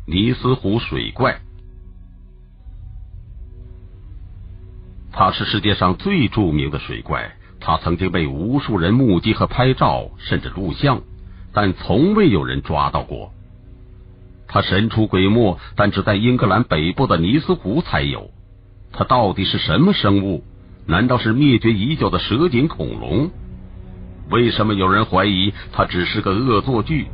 尼斯湖水怪。它是世界上最著名的水怪，它曾经被无数人目击和拍照，甚至录像，但从未有人抓到过。它神出鬼没，但只在英格兰北部的尼斯湖才有。它到底是什么生物？难道是灭绝已久的蛇颈恐龙？为什么有人怀疑它只是个恶作剧？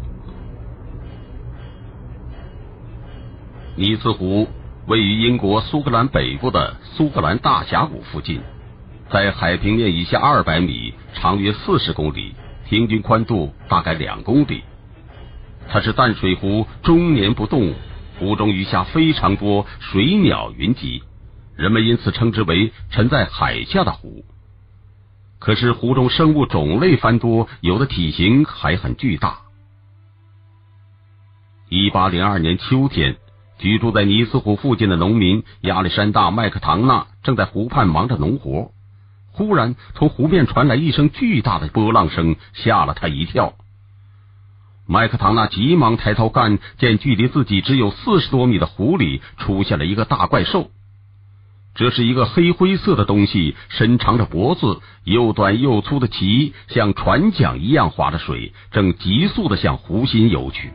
尼斯湖位于英国苏格兰北部的苏格兰大峡谷附近，在海平面以下200米，长约40公里，平均宽度大概2公里。它是淡水湖，终年不动，湖中鱼虾非常多，水鸟云集，人们因此称之为沉在海下的湖。可是湖中生物种类繁多，有的体型还很巨大。1802年秋天，居住在尼斯湖附近的农民亚历山大·麦克唐纳正在湖畔忙着农活，忽然从湖面传来一声巨大的波浪声，吓了他一跳。麦克唐纳急忙抬头看，见距离自己只有40多米的湖里出现了一个大怪兽。这是一个黑灰色的东西，伸长着脖子，又短又粗的鳍像船桨一样划着水，正急速地向湖心游去。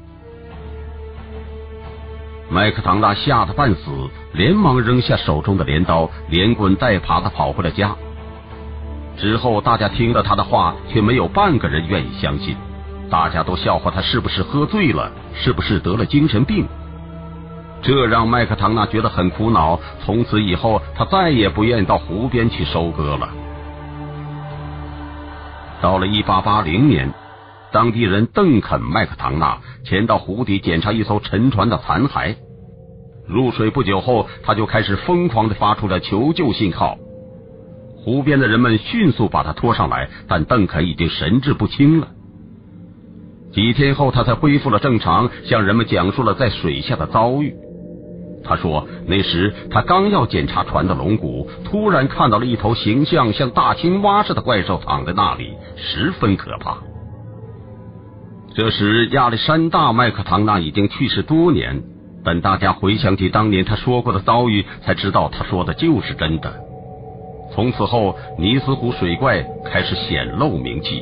麦克唐纳吓得半死，连忙扔下手中的镰刀，连滚带爬地跑回了家。之后大家听了他的话，却没有半个人愿意相信，大家都笑话他是不是喝醉了，是不是得了精神病。这让麦克唐纳觉得很苦恼，从此以后他再也不愿意到湖边去收割了。到了1880年，当地人邓肯·麦克唐纳前到湖底检查一艘沉船的残骸。入水不久后，他就开始疯狂地发出了求救信号。湖边的人们迅速把他拖上来，但邓肯已经神志不清了。几天后，他才恢复了正常，向人们讲述了在水下的遭遇。他说，那时他刚要检查船的龙骨，突然看到了一头形象像大青蛙似的怪兽躺在那里，十分可怕。这时亚历山大·麦克唐纳已经去世多年，但大家回想起当年他说过的遭遇，才知道他说的就是真的。从此后，尼斯湖水怪开始显露名气。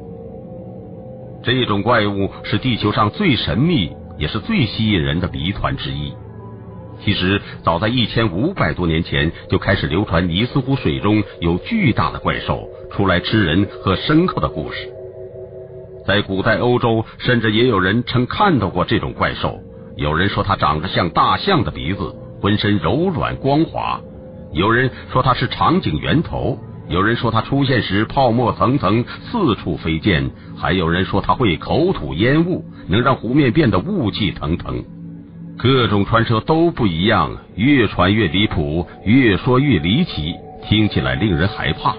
这种怪物是地球上最神秘也是最吸引人的谜团之一。其实早在1500多年前就开始流传尼斯湖水中有巨大的怪兽出来吃人和牲口的故事。在古代欧洲，甚至也有人称看到过这种怪兽，有人说它长得像大象的鼻子，浑身柔软光滑，有人说它是长颈猿头，有人说它出现时泡沫层层四处飞溅，还有人说它会口吐烟雾，能让湖面变得雾气腾腾。各种传说都不一样，越传越离谱，越说越离奇，听起来令人害怕。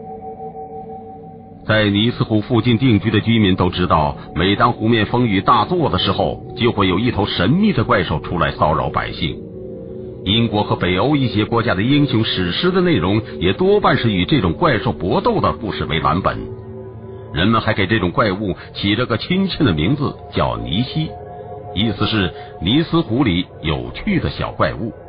在尼斯湖附近定居的居民都知道，每当湖面风雨大作的时候，就会有一头神秘的怪兽出来骚扰百姓。英国和北欧一些国家的英雄史诗的内容也多半是以这种怪兽搏斗的故事为蓝本。人们还给这种怪物起了个亲切的名字，叫尼西，意思是尼斯湖里有趣的小怪物。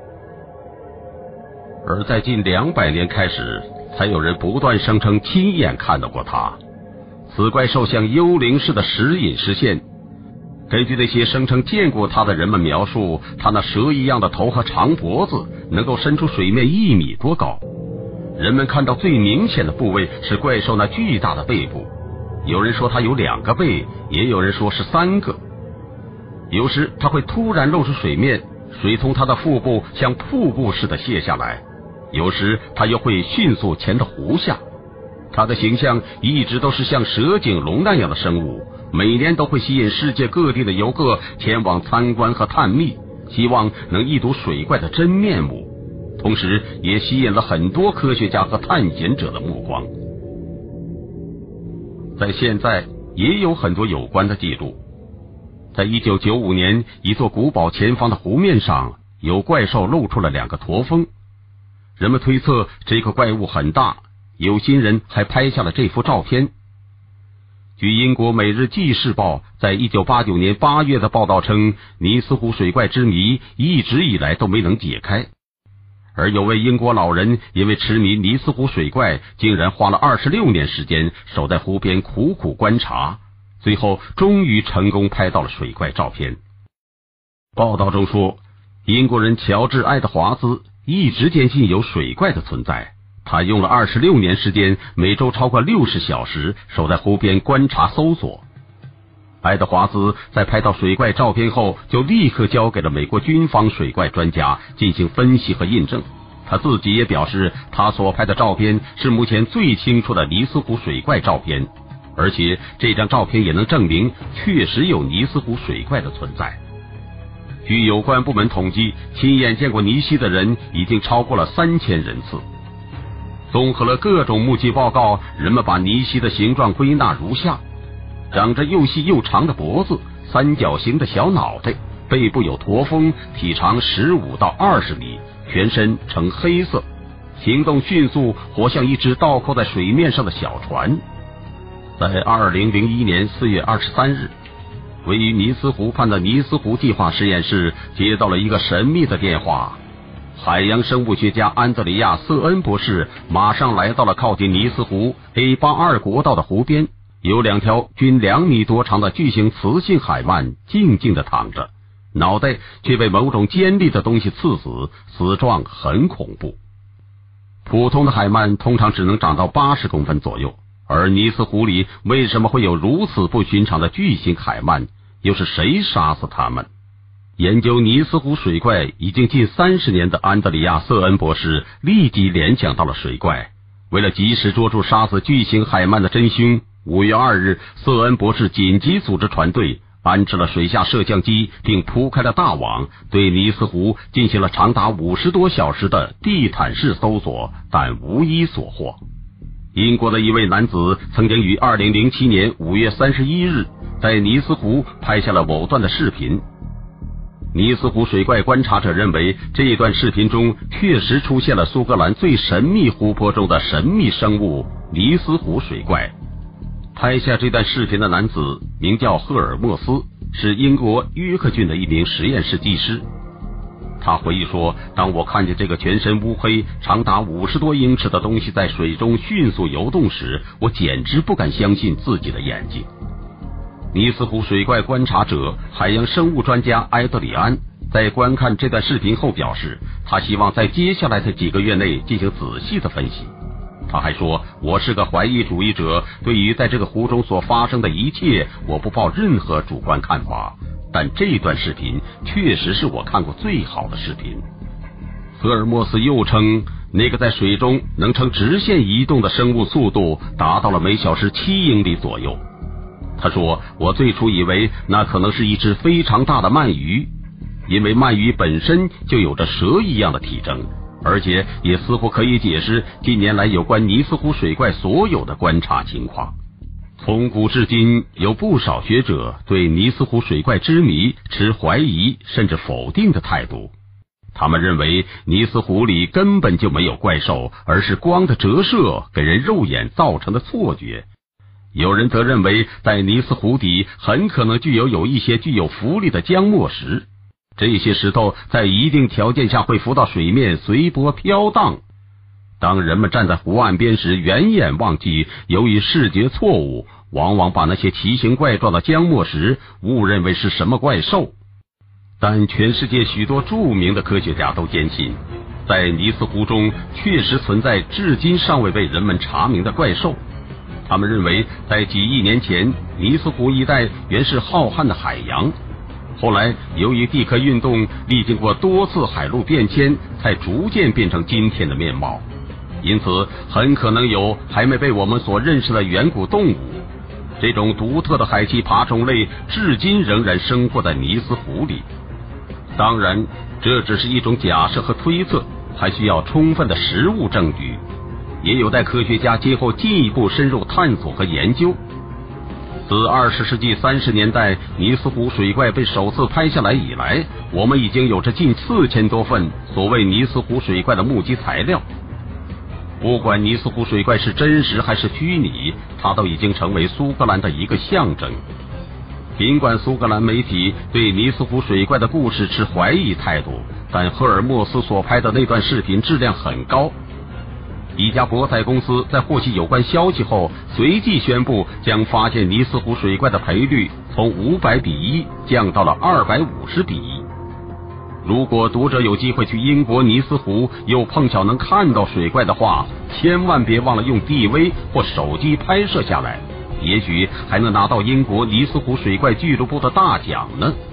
而在近200年开始，才有人不断声称亲眼看到过它。此怪兽像幽灵似的时隐时现。根据那些声称见过它的人们描述，它那蛇一样的头和长脖子能够伸出水面1米多高。人们看到最明显的部位是怪兽那巨大的背部，有人说它有2个背，也有人说是3个。有时它会突然露出水面，水从它的腹部像瀑布似的泻下来，有时它又会迅速潜到湖下。它的形象一直都是像蛇颈龙那样的生物，每年都会吸引世界各地的游客前往参观和探秘，希望能一睹水怪的真面目，同时也吸引了很多科学家和探险者的目光。在现在也有很多有关的记录。在1995年，一座古堡前方的湖面上有怪兽露出了2个驼峰，人们推测这个怪物很大，有心人还拍下了这幅照片。 据英国《每日纪事报》在1989年8月的报道称，尼斯湖水怪之谜一直以来都没能解开。而有位英国老人因为痴迷尼斯湖水怪，竟然花了26年时间守在湖边苦苦观察，最后终于成功拍到了水怪照片。报道中说，英国人乔治·爱德华兹一直坚信有水怪的存在，他用了26年时间，每周超过60小时守在湖边观察搜索。爱德华兹在拍到水怪照片后，就立刻交给了美国军方水怪专家进行分析和印证。他自己也表示，他所拍的照片是目前最清楚的尼斯湖水怪照片，而且这张照片也能证明确实有尼斯湖水怪的存在。据有关部门统计，亲眼见过尼西的人已经超过了3000人次。综合了各种目击报告，人们把尼西的形状归纳如下：长着又细又长的脖子，三角形的小脑袋，背部有驼峰，体长15到20米，全身呈黑色，行动迅速，活像一只倒扣在水面上的小船。在2001年4月23日，位于尼斯湖畔的尼斯湖计划实验室接到了一个神秘的电话。海洋生物学家安德里亚·瑟恩博士马上来到了靠近尼斯湖 A82 国道的湖边，有2条均2米多长的巨型雌性海鳗静静地躺着，脑袋却被某种尖利的东西刺死，死状很恐怖。普通的海鳗通常只能长到80公分左右，而尼斯湖里为什么会有如此不寻常的巨型海鳗？又是谁杀死它们？研究尼斯湖水怪已经近30年的安德里亚·瑟恩博士立即联想到了水怪。为了及时捉住杀死巨型海鳗的真凶，5月2日，瑟恩博士紧急组织船队，安置了水下摄像机，并铺开了大网，对尼斯湖进行了长达50多小时的地毯式搜索，但无一所获。英国的一位男子曾经于2007年5月31日在尼斯湖拍下了某段的视频。尼斯湖水怪观察者认为，这段视频中确实出现了苏格兰最神秘湖泊中的神秘生物尼斯湖水怪。拍下这段视频的男子名叫赫尔墨斯，是英国约克郡的一名实验室技师。他回忆说，当我看见这个全身乌黑、长达50多英尺的东西在水中迅速游动时，我简直不敢相信自己的眼睛。尼斯湖水怪观察者、海洋生物专家埃德里安在观看这段视频后表示，他希望在接下来的几个月内进行仔细的分析。他还说，我是个怀疑主义者，对于在这个湖中所发生的一切，我不抱任何主观看法，但这段视频确实是我看过最好的视频。赫尔墨斯又称，那个在水中能呈直线移动的生物速度达到了每小时7英里左右。他说，我最初以为那可能是一只非常大的鳗鱼，因为鳗鱼本身就有着蛇一样的体征，而且也似乎可以解释近年来有关尼斯湖水怪所有的观察情况。从古至今，有不少学者对尼斯湖水怪之谜持怀疑甚至否定的态度。他们认为尼斯湖里根本就没有怪兽，而是光的折射给人肉眼造成的错觉。有人则认为，在尼斯湖底很可能有一些具有浮力的浆末石，这些石头在一定条件下会浮到水面，随波飘荡。当人们站在湖岸边时，远眼望去，由于视觉错误，往往把那些奇形怪状的浆末石误认为是什么怪兽。但全世界许多著名的科学家都坚信，在尼斯湖中确实存在至今尚未被人们查明的怪兽。他们认为，在几亿年前，尼斯湖一带原是浩瀚的海洋，后来由于地壳运动历经过多次海陆变迁，才逐渐变成今天的面貌。因此很可能有还没被我们所认识的远古动物。这种独特的海栖爬虫类至今仍然生活在尼斯湖里。当然，这只是一种假设和推测，还需要充分的实物证据，也有待科学家今后进一步深入探索和研究。自20世纪30年代尼斯湖水怪被首次拍下来以来，我们已经有着近4000多份所谓尼斯湖水怪的目击材料。 不管尼斯湖水怪是真实还是虚拟，它都已经成为苏格兰的一个象征。尽管苏格兰媒体对尼斯湖水怪的故事持怀疑态度，但赫尔墨斯所拍的那段视频质量很高。一家博彩公司在获悉有关消息后，随即宣布将发现尼斯湖水怪的赔率从500:1降到了250:1。如果读者有机会去英国尼斯湖，又碰巧能看到水怪的话，千万别忘了用 DV 或手机拍摄下来，也许还能拿到英国尼斯湖水怪俱乐部的大奖呢。